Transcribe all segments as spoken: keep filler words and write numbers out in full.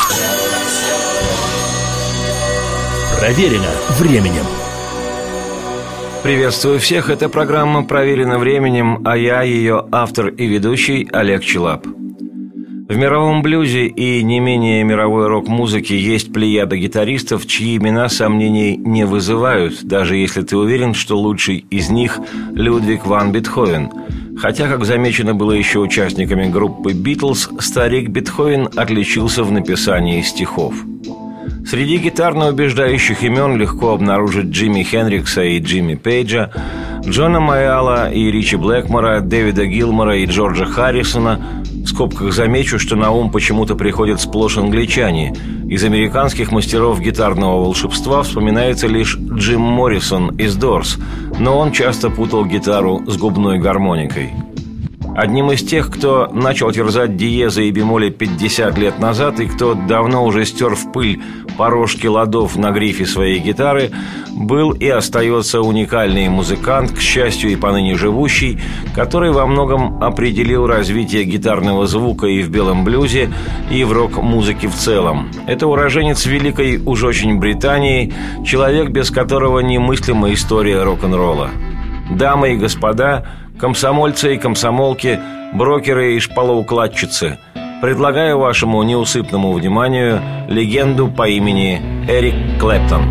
Проверено временем. Приветствую всех, это программа «Проверено временем», а я ее автор и ведущий Олег Челап. В мировом блюзе и не менее мировой рок-музыке есть плеяда гитаристов, чьи имена сомнений не вызывают, даже если ты уверен, что лучший из них – Людвиг ван Бетховен. Хотя, как замечено было еще участниками группы «Битлз», старик Бетховен отличился в написании стихов. Среди гитарно-убеждающих имен легко обнаружить Джимми Хендрикса и Джимми Пейджа, Джона Майала и Ричи Блэкмора, Дэвида Гилмора и Джорджа Харрисона. В скобках замечу, что на ум почему-то приходят сплошь англичане. Из американских мастеров гитарного волшебства вспоминается лишь Джим Моррисон из Дорс, но он часто путал гитару с губной гармоникой. Одним из тех, кто начал терзать диезы и бемоли пятьдесят лет назад и кто давно уже стер в пыль порожки ладов на грифе своей гитары, был и остается уникальный музыкант, к счастью и поныне живущий, который во многом определил развитие гитарного звука и в белом блюзе, и в рок-музыке в целом. Это уроженец великой уж очень Британии, человек, без которого немыслима история рок-н-ролла. Дамы и господа, комсомольцы и комсомолки, брокеры и шпалоукладчицы, предлагаю вашему неусыпному вниманию легенду по имени Эрик Клэптон.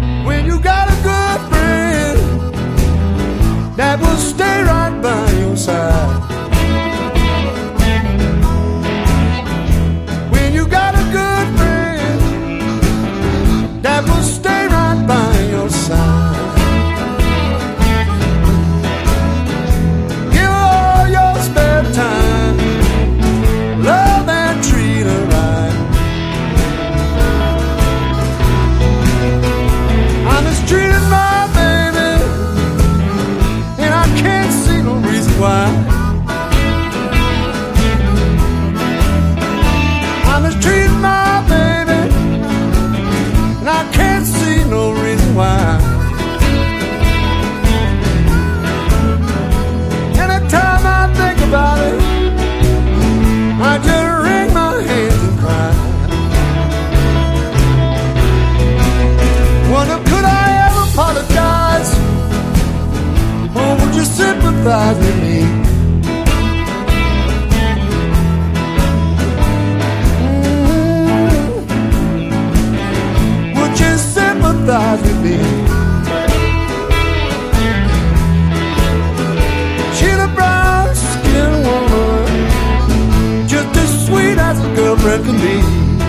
Sympathize with me. Mm-hmm. Would you sympathize with me? She's a brown skinned woman, just as sweet as a girlfriend can be.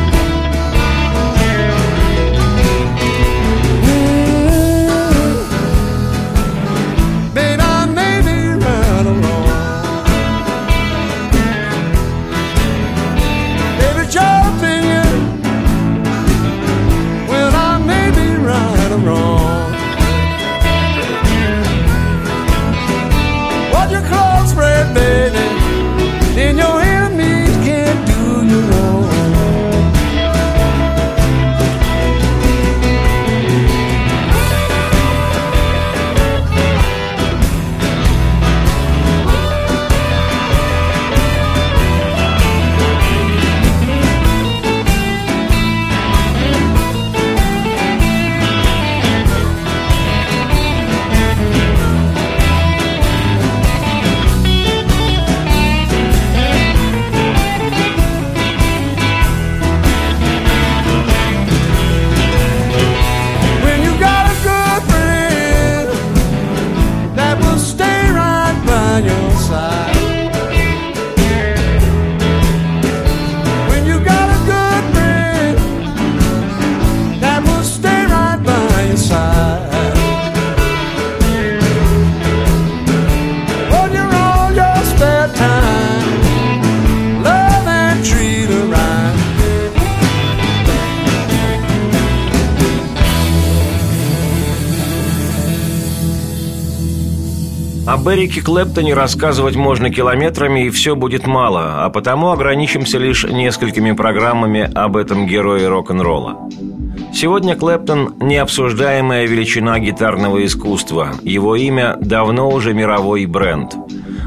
Об Эрике Клэптоне рассказывать можно километрами, и все будет мало, а потому ограничимся лишь несколькими программами об этом герое рок-н-ролла. Сегодня Клэптон – необсуждаемая величина гитарного искусства. Его имя давно уже мировой бренд.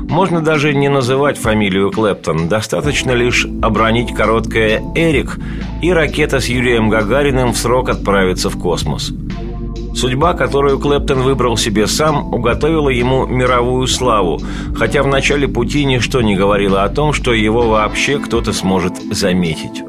можно даже не называть фамилию Клэптон, достаточно лишь обронить короткое «Эрик», и ракета с Юрием Гагариным в срок отправится в космос. Судьба, которую Клэптон выбрал себе сам, уготовила ему мировую славу, хотя в начале пути ничто не говорило о том, что его вообще кто-то сможет заметить.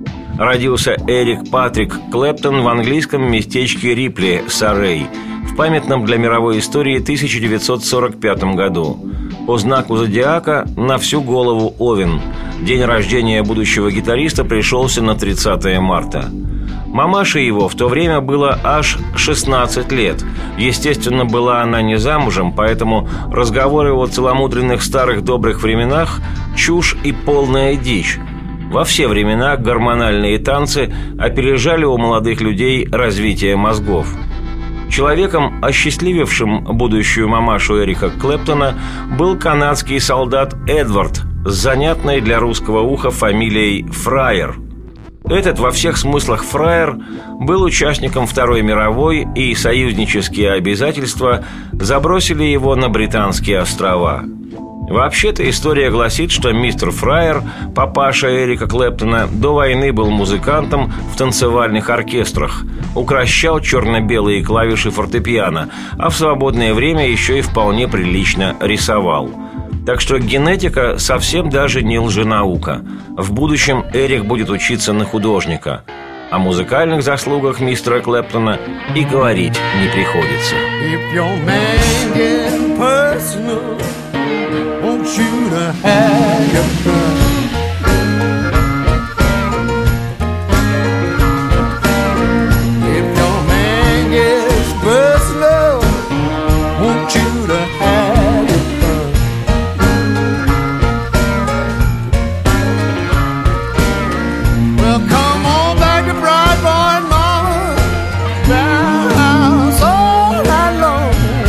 Родился Эрик Патрик Клэптон в английском местечке Рипли, Саррей, в памятном для мировой истории тысяча девятьсот сорок пятом году. По знаку зодиака на всю голову Овен. День рождения будущего гитариста пришелся на тридцатое марта. Мамаше его в то время было аж шестнадцать лет. Естественно, была она не замужем, поэтому разговоры о целомудренных старых добрых временах – чушь и полная дичь. Во все времена гормональные танцы опережали у молодых людей развитие мозгов. Человеком, осчастливившим будущую мамашу Эрика Клэптона, был канадский солдат Эдвард с занятной для русского уха фамилией Фрайер. Этот во всех смыслах фраер был участником Второй мировой, и союзнические обязательства забросили его на Британские острова. Вообще-то история гласит, что мистер Фрайер, папаша Эрика Клэптона, до войны был музыкантом в танцевальных оркестрах, укращал черно-белые клавиши фортепиано, а в свободное время еще и вполне прилично рисовал. Так что генетика совсем даже не лженаука. В будущем Эрик будет учиться на художника. О музыкальных заслугах мистера Клэптона и говорить не приходится.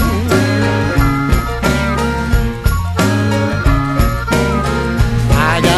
I got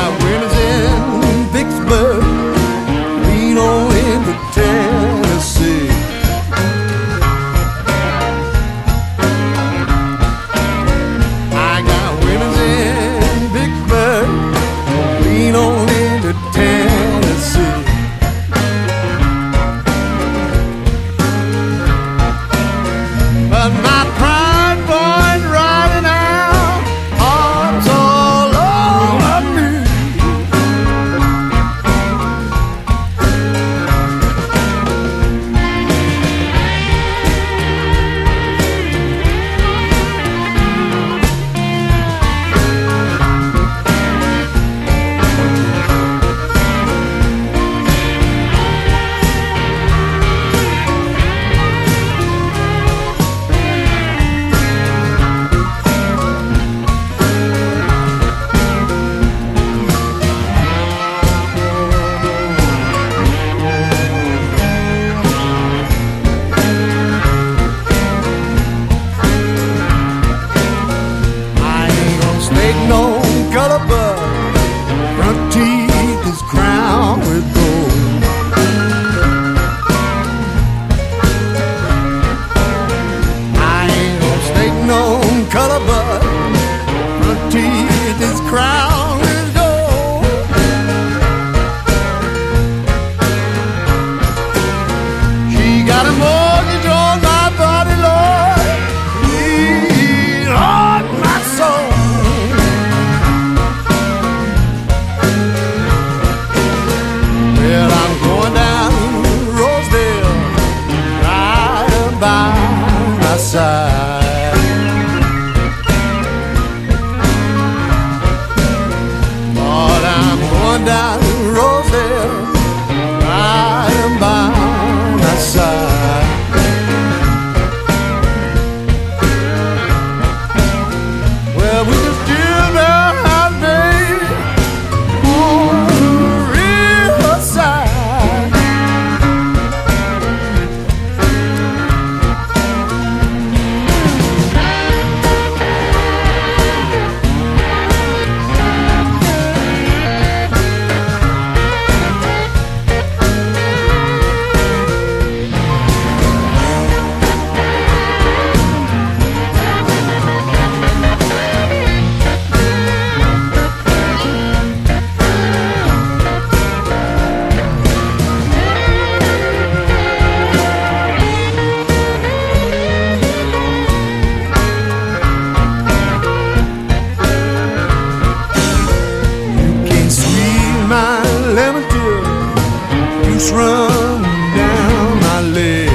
juice run down my leg.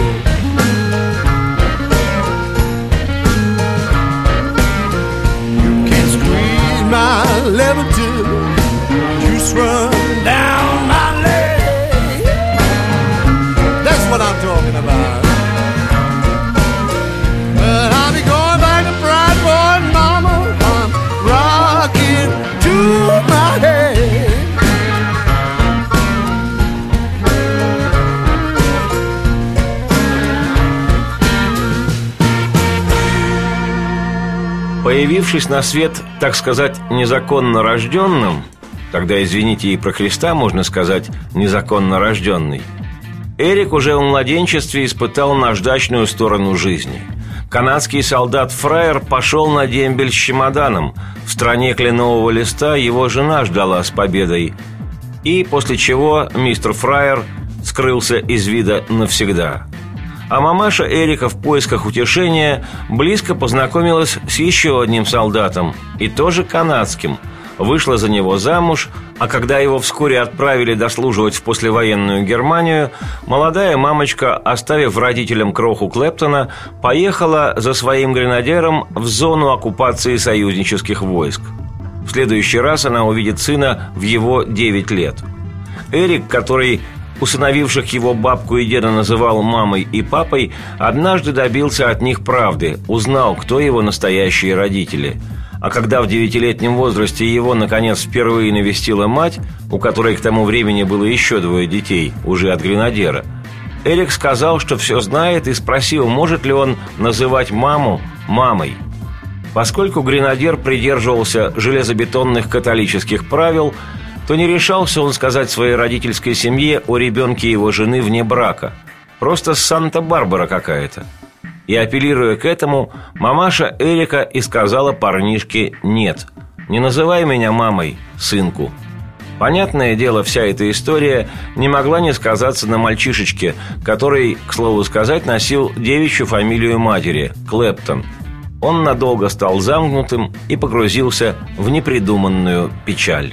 You can squeeze my lemon till juice run down my leg. That's what I'm talking about. But I'll be going back to Pride Boy, mama. I'm rocking to my head. Появившись на свет, так сказать, незаконно рожденным, тогда, извините, и про Христа можно сказать незаконно рожденный, Эрик уже в младенчестве испытал наждачную сторону жизни. Канадский солдат Фраер пошел на дембель с чемоданом. В стране кленового листа его жена ждала с победой. И после чего мистер Фраер скрылся из вида навсегда. А мамаша Эрика в поисках утешения близко познакомилась с еще одним солдатом, и тоже канадским. Вышла за него замуж, а когда его вскоре отправили дослуживать в послевоенную Германию, молодая мамочка, оставив родителям кроху Клэптона, поехала за своим гренадером в зону оккупации союзнических войск. В следующий раз она увидит сына в его девять лет. Эрик, который усыновивших его бабку и деда называл мамой и папой, однажды добился от них правды, узнал, кто его настоящие родители. А когда в девятилетнем возрасте его, наконец, впервые навестила мать, у которой к тому времени было еще двое детей, уже от гренадера, Эрик сказал, что все знает, и спросил, может ли он называть маму мамой. Поскольку гренадер придерживался железобетонных католических правил, то не решался он сказать своей родительской семье о ребенке его жены вне брака. Просто Санта-Барбара какая-то. И, апеллируя к этому, мамаша Эрика и сказала парнишке «нет». «Не называй меня мамой, сынку». Понятное дело, вся эта история не могла не сказаться на мальчишечке, который, к слову сказать, носил девичью фамилию матери – Клэптон. Он надолго стал замкнутым и погрузился в непридуманную печаль.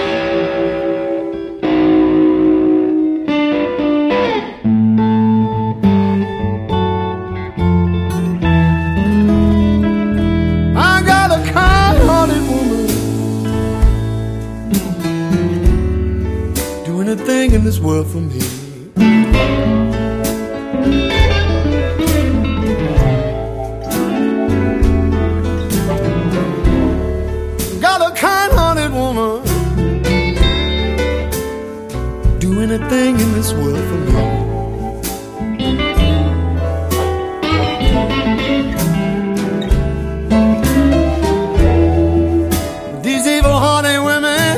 In this world for me, got a kind-hearted woman, do anything in this world for me. These evil-hearted women,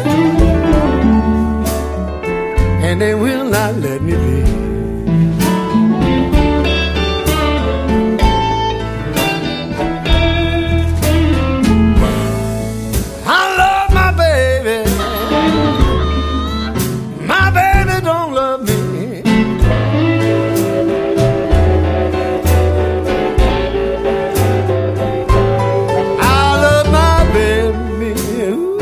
and they will not let me be. I love my baby, my baby don't love me. I love my baby, ooh.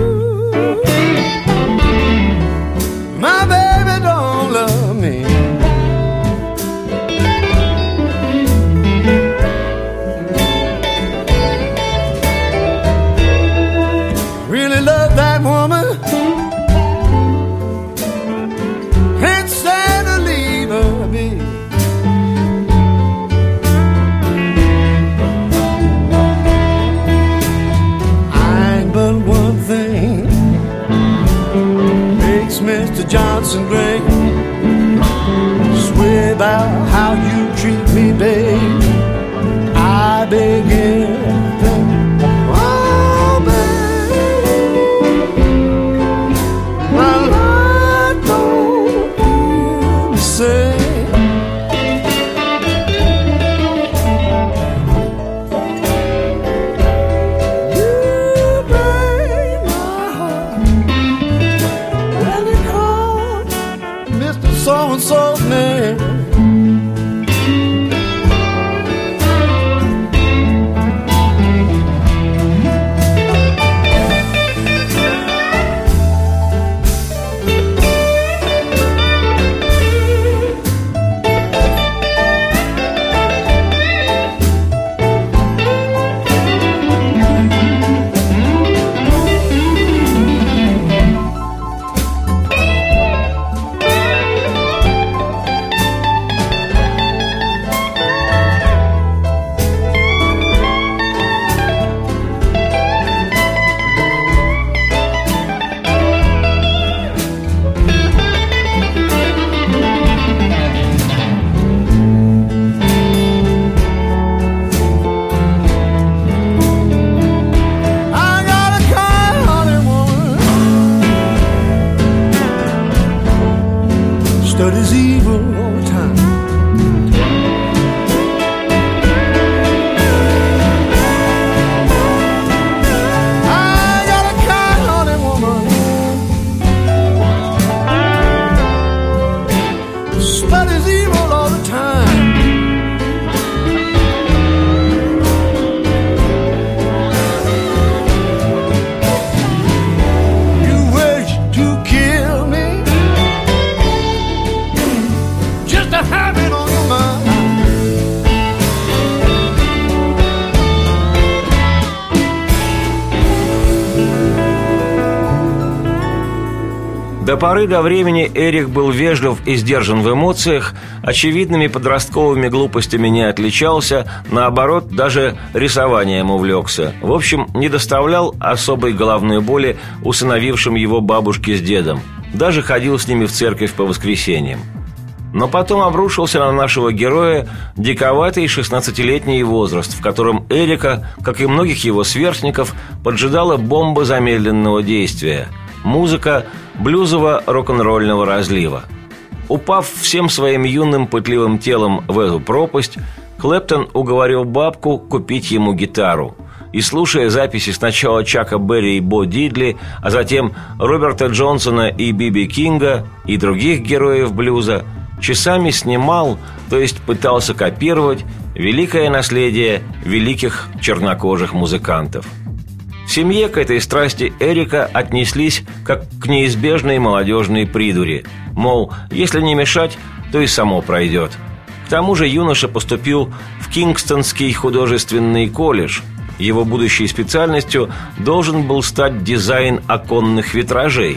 My baby don't love me. Really love that woman, ain't sad to leave her be. I ain't but one thing makes Mister Johnson great. Swear about how you treat me, babe. I begin to think, oh, babe, my life don't feel the same. You break my heart when you call Mister So-and-so's name. but is evil all the time. I got a kind-hearted woman, but is evil all the time. До поры до времени Эрик был вежлив и сдержан в эмоциях, очевидными подростковыми глупостями не отличался, наоборот, даже рисованием увлекся. В общем, не доставлял особой головной боли усыновившим его бабушке с дедом. Даже ходил с ними в церковь по воскресеньям. Но потом обрушился на нашего героя диковатый шестнадцатилетний возраст, в котором Эрика, как и многих его сверстников, поджидала бомба замедленного действия – музыка блюзово-рок-н-ролльного разлива. Упав всем своим юным пытливым телом в эту пропасть, Клэптон уговорил бабку купить ему гитару. И, слушая записи сначала Чака Берри и Бо Дидли, а затем Роберта Джонсона и Би Би Кинга и других героев блюза, часами снимал, то есть пытался копировать, великое наследие великих чернокожих музыкантов. В семье к этой страсти Эрика отнеслись как к неизбежной молодежной придури. Мол, если не мешать, то и само пройдет. К тому же юноша поступил в Кингстонский художественный колледж. Его будущей специальностью должен был стать дизайн оконных витражей.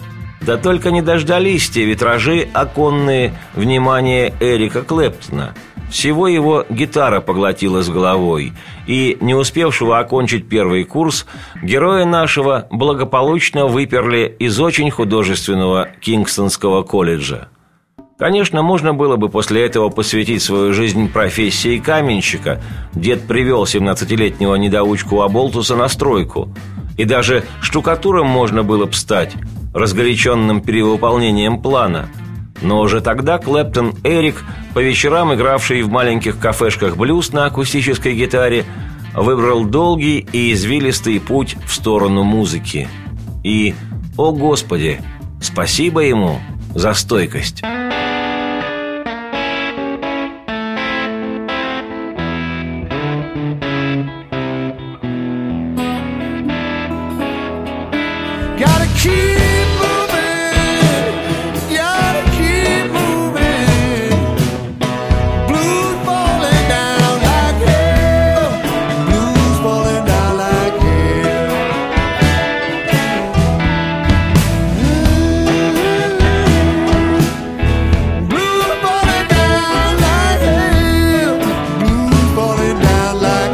Да только не дождались те витражи оконные внимания Эрика Клэптона. Всего его гитара поглотила с головой, и, не успевшего окончить первый курс, героя нашего благополучно выперли из очень художественного Кингстонского колледжа. Конечно, можно было бы после этого посвятить свою жизнь профессии каменщика. Дед привел семнадцатилетнего недоучку Аболтуса на стройку. И даже штукатуром можно было бы стать, разгоряченным перевыполнением плана. Но уже тогда Клэптон Эрик, по вечерам игравший в маленьких кафешках блюз на акустической гитаре, выбрал долгий и извилистый путь в сторону музыки. И, о Господи, спасибо ему за стойкость.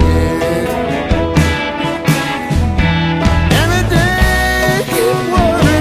Every day keep worrying.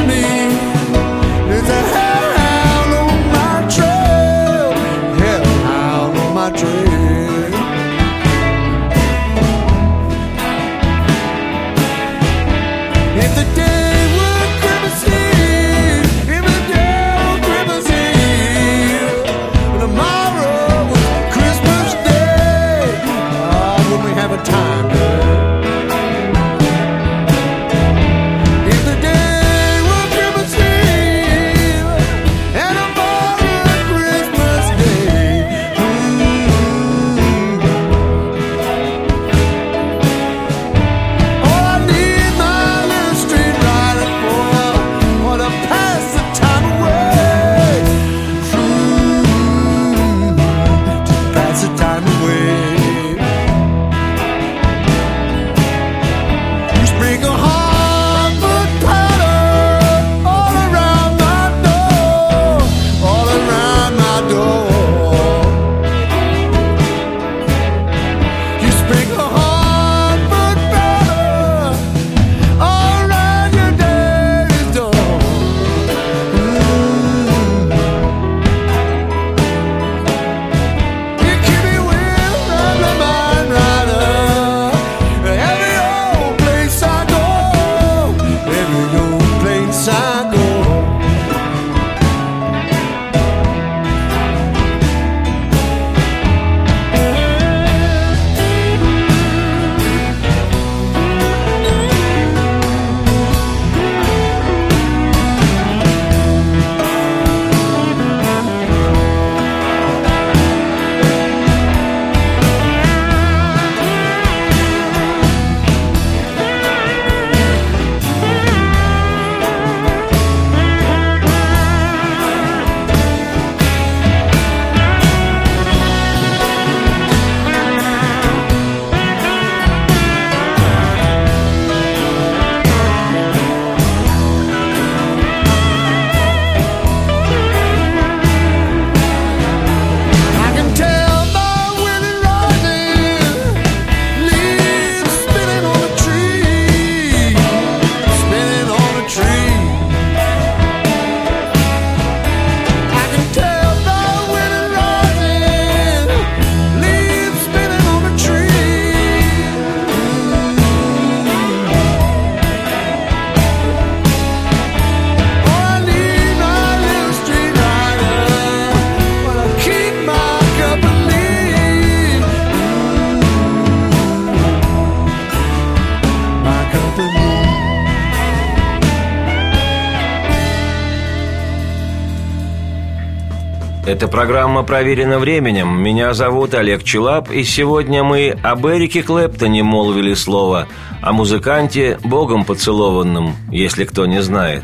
Это программа «Проверено временем». Меня зовут Олег Челап, и сегодня мы об Эрике Клэптоне молвили слово, о музыканте, богом поцелованном, если кто не знает.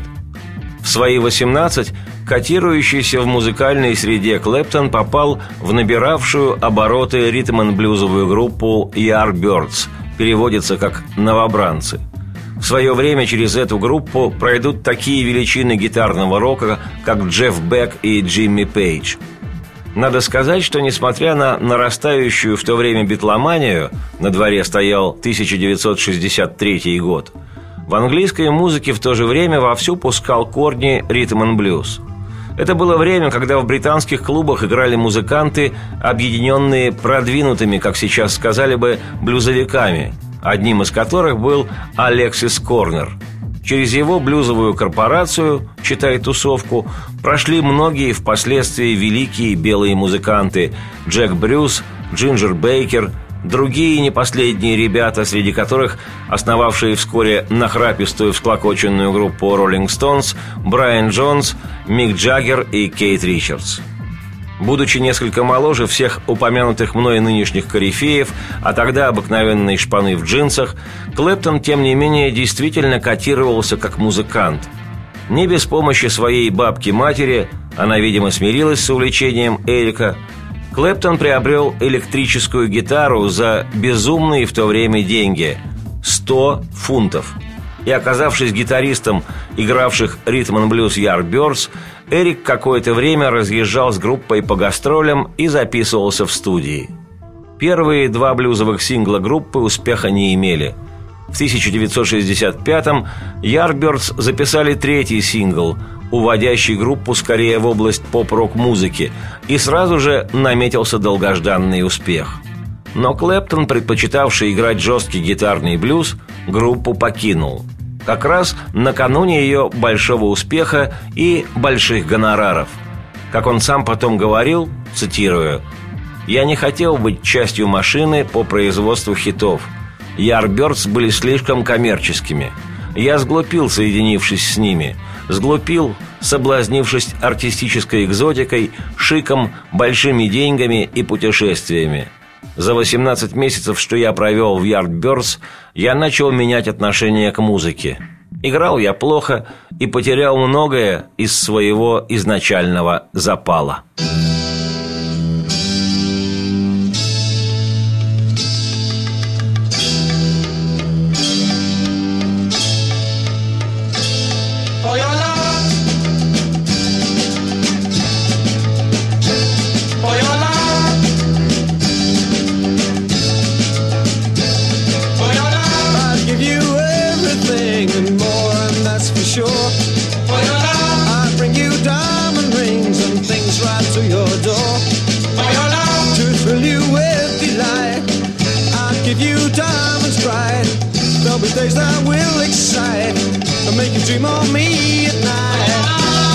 В свои восемнадцать котирующийся в музыкальной среде Клэптон попал в набиравшую обороты ритм-н-блюзовую группу Yardbirds, переводится как «новобранцы». В свое время через эту группу пройдут такие величины гитарного рока, как Джефф Бек и Джимми Пейдж. Надо сказать, что несмотря на нарастающую в то время битломанию, на дворе стоял тысяча девятьсот шестьдесят третий год, в английской музыке в то же время вовсю пускал корни ритм-н-блюз. Это было время, когда в британских клубах играли музыканты, объединенные продвинутыми, как сейчас сказали бы, блюзовиками, одним из которых был Алексис Корнер. Через его блюзовую корпорацию, читай тусовку, прошли многие впоследствии великие белые музыканты: Джек Брюс, Джинджер Бейкер, другие не последние ребята, среди которых основавшие вскоре нахрапистую всклокоченную группу Rolling Stones Брайан Джонс, Мик Джаггер и Кейт Ричардс. Будучи несколько моложе всех упомянутых мной нынешних корифеев, а тогда обыкновенные шпаны в джинсах, Клэптон, тем не менее, действительно котировался как музыкант. Не без помощи своей бабки-матери, она, видимо, смирилась с увлечением Эрика, Клэптон приобрел электрическую гитару за безумные в то время деньги – сто фунтов. И, оказавшись гитаристом игравших ритм-н-блюз Yardbirds, Эрик какое-то время разъезжал с группой по гастролям и записывался в студии. Первые два блюзовых сингла группы успеха не имели. В тысяча девятьсот шестьдесят пятом Yardbirds записали третий сингл, уводящий группу скорее в область поп-рок-музыки, и сразу же наметился долгожданный успех. Но Клэптон, предпочитавший играть жесткий гитарный блюз, группу покинул. Как раз накануне ее большого успеха и больших гонораров. Как он сам потом говорил, цитирую: «Я не хотел быть частью машины по производству хитов. Yardbirds были слишком коммерческими. Я сглупил, соединившись с ними. Сглупил, соблазнившись артистической экзотикой, шиком, большими деньгами и путешествиями. За восемнадцать месяцев, что я провел в Yardbirds, я начал менять отношение к музыке. Играл я плохо и потерял многое из своего изначального запала». Days that will excite and make you dream of me at night.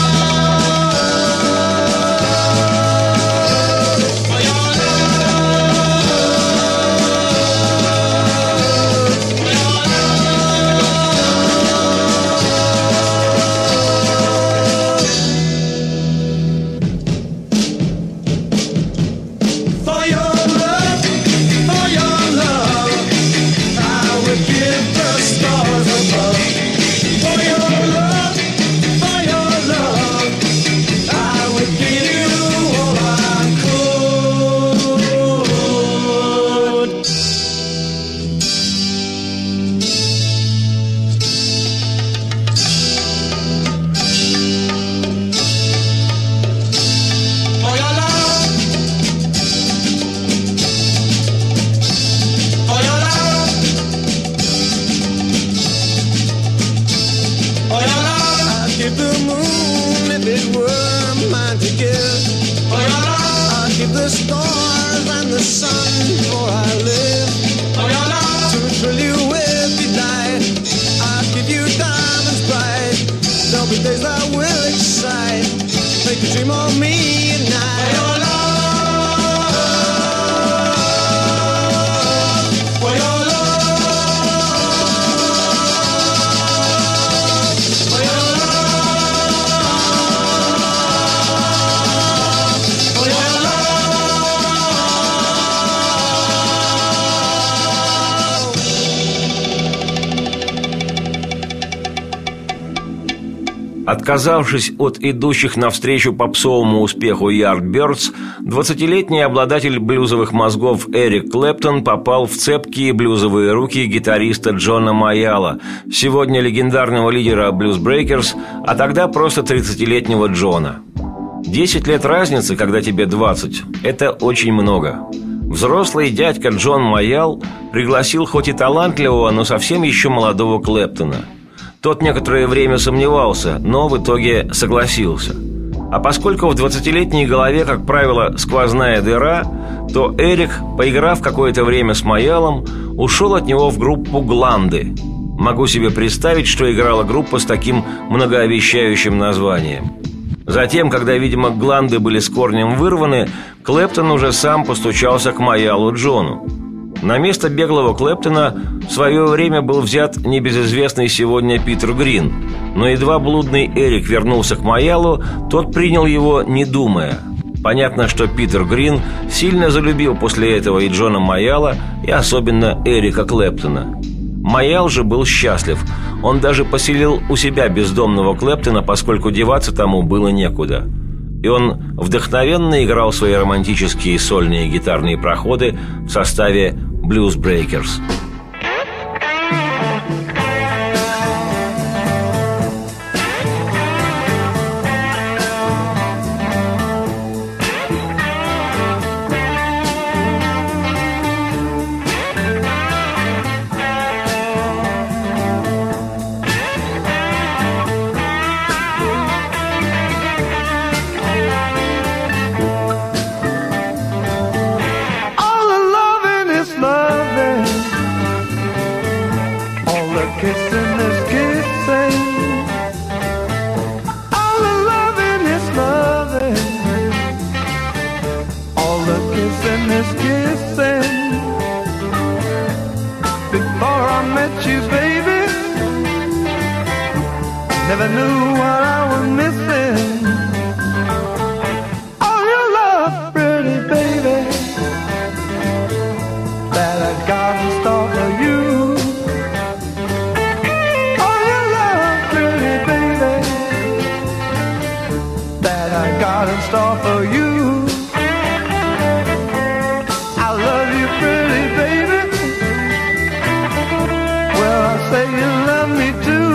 Days that will excite, make you dream of me at night. For your love, for your love, for your love. Отказавшись от идущих навстречу попсовому успеху Yardbirds, двадцатилетний обладатель блюзовых мозгов Эрик Клэптон попал в цепкие блюзовые руки гитариста Джона Майялла, сегодня легендарного лидера Blues Breakers, а тогда просто тридцатилетнего Джона. Десять лет разницы, когда тебе двадцать, это очень много. Взрослый дядька Джон Майялл пригласил хоть и талантливого, но совсем еще молодого Клэптона. Тот некоторое время сомневался, но в итоге согласился. А поскольку в двадцатилетней голове, как правило, сквозная дыра, то Эрик, поиграв какое-то время с Майяллом, ушел от него в группу «Гланды». Могу себе представить, что играла группа с таким многообещающим названием. Затем, когда, видимо, гланды были с корнем вырваны, Клэптон уже сам постучался к Майяллу Джону. На место беглого Клэптона в свое время был взят небезызвестный сегодня Питер Грин, но едва блудный Эрик вернулся к Майяллу, тот принял его, не думая. Понятно, что Питер Грин сильно залюбил после этого и Джона Майялла, и особенно Эрика Клэптона. Майялл же был счастлив. Он даже поселил у себя бездомного Клэптона, поскольку деваться тому было некуда. И он вдохновенно играл свои романтические сольные гитарные проходы в составе Blues Breakers. Kissing is kissing, all the loving is loving, all the kissing is kissing. Before I met you, baby, never knew what I was missing. All your love, pretty baby, that I got in store for you. Got in store for you. I love you, pretty baby. Well, I say you love me too.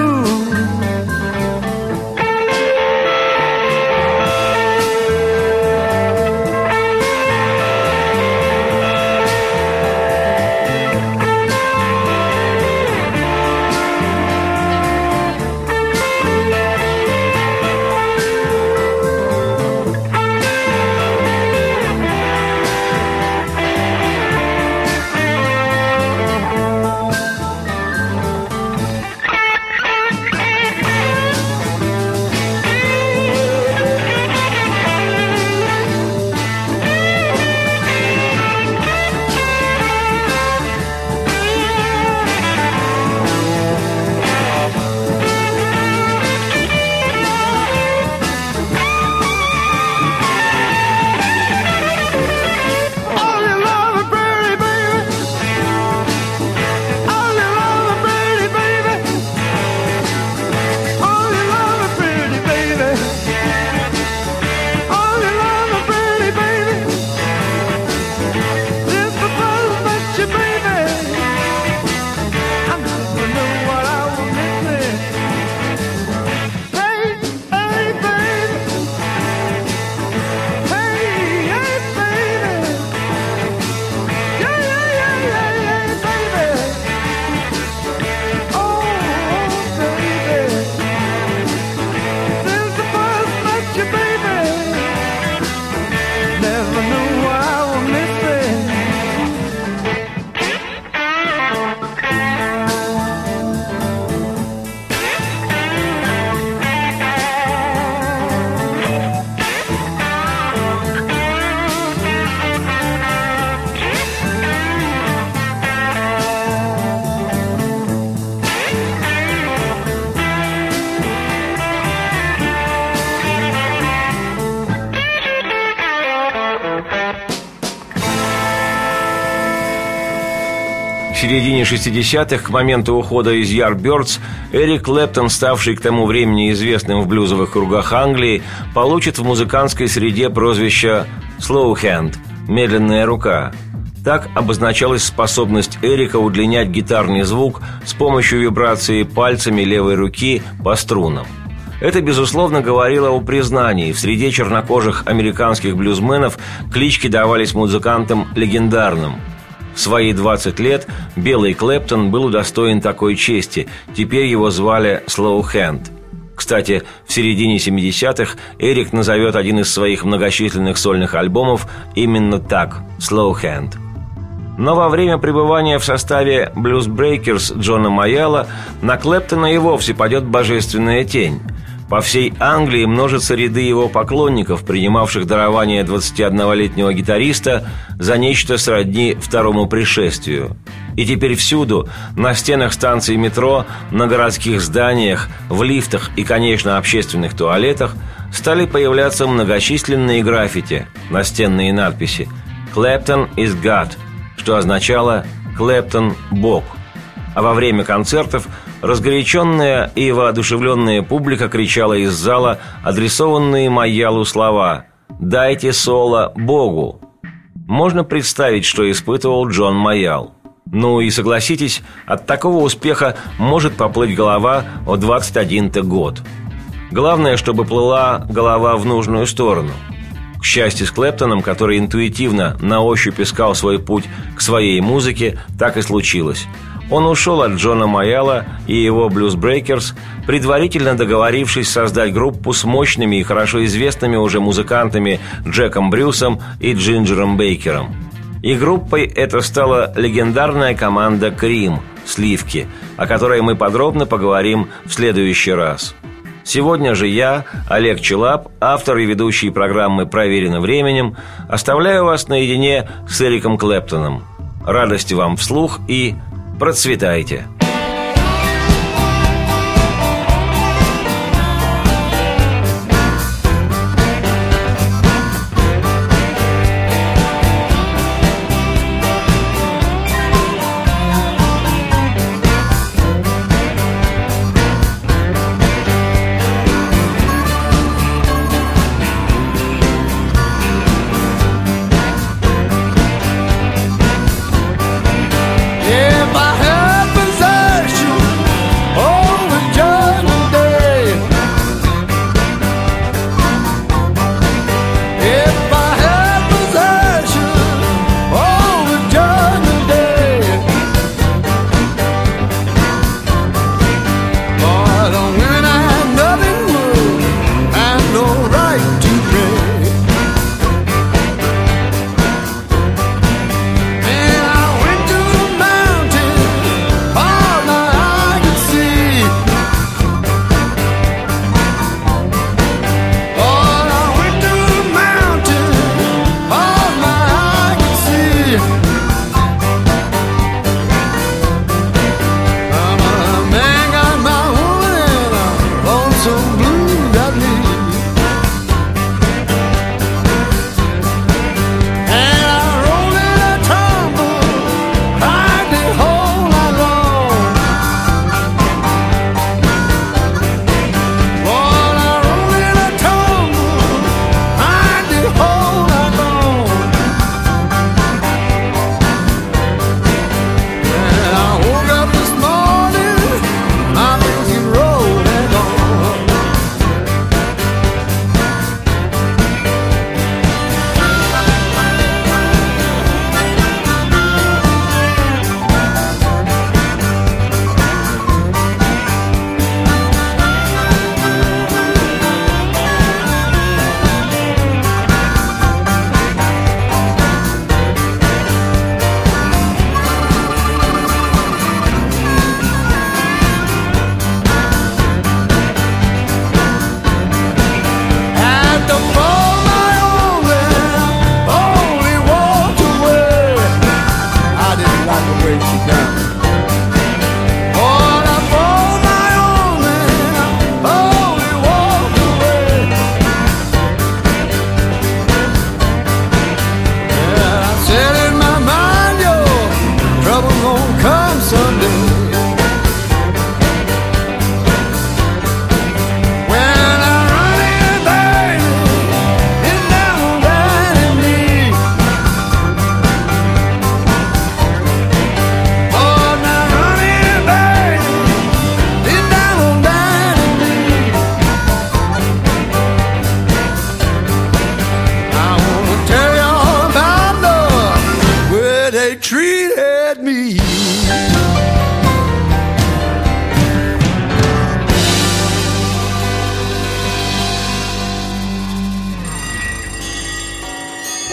В середине шестидесятых, к моменту ухода из Yardbirds, Эрик Клэптон, ставший к тому времени известным в блюзовых кругах Англии, получит в музыкантской среде прозвище «Slow Hand» – «медленная рука». Так обозначалась способность Эрика удлинять гитарный звук с помощью вибрации пальцами левой руки по струнам. Это, безусловно, говорило о признании. В среде чернокожих американских блюзменов клички давались музыкантам легендарным. В свои двадцать лет белый Клэптон был удостоен такой чести. Теперь его звали Slow Hand. Кстати, в середине семидесятых Эрик назовет один из своих многочисленных сольных альбомов именно так – Slow Hand. Но во время пребывания в составе Blues Breakers Джона Майяла на Клэптона и вовсе падет божественная тень. По всей Англии множатся ряды его поклонников, принимавших дарование двадцатиоднолетнего гитариста за нечто сродни второму пришествию. И теперь всюду, на стенах станций метро, на городских зданиях, в лифтах и, конечно, общественных туалетах стали появляться многочисленные граффити, настенные надписи «Clapton is God», что означало «Клэптон – Бог». А во время концертов разгоряченная и воодушевленная публика кричала из зала адресованные Майялу слова «Дайте соло Богу». Можно представить, что испытывал Джон Майял. Ну и согласитесь, от такого успеха может поплыть голова о двадцать один-то год. Главное, чтобы плыла голова в нужную сторону. К счастью, с Клэптоном, который интуитивно на ощупь искал свой путь к своей музыке, так и случилось. Он ушел от Джона Майяла и его Blues Breakers, предварительно договорившись создать группу с мощными и хорошо известными уже музыкантами Джеком Брюсом и Джинджером Бейкером. И группой это стала легендарная команда Cream «Сливки», о которой мы подробно поговорим в следующий раз. Сегодня же я, Олег Челап, автор и ведущий программы «Проверено временем», оставляю вас наедине с Эриком Клэптоном. Радости вам вслух и процветайте! If I happens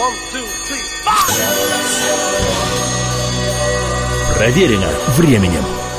Проверено временем.